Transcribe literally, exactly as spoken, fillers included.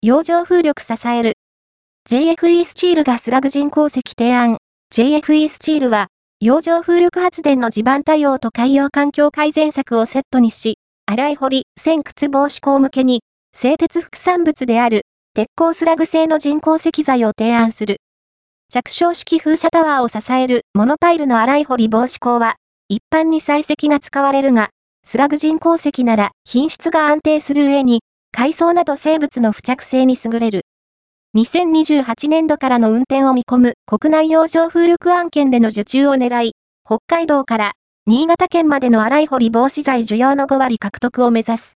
洋上風力支える。ジェイエフイー スチールがスラグ人工石提案。ジェイエフイー スチールは、洋上風力発電の地盤対応と海洋環境改善策をセットにし、洗い掘り、船掘防止港向けに、製鉄副産物である、鉄鋼スラグ製の人工石材を提案する。着床式風車タワーを支えるモノパイルの洗い掘り防止鋼は、一般に砕石が使われるが、スラグ人工石なら品質が安定する上に、海藻など生物の付着性に優れる。にせんにじゅうはちねんどからの運転を見込む国内洋上風力案件での受注を狙い、北海道から新潟県までの洗い掘り防止材需要のごわり獲得を目指す。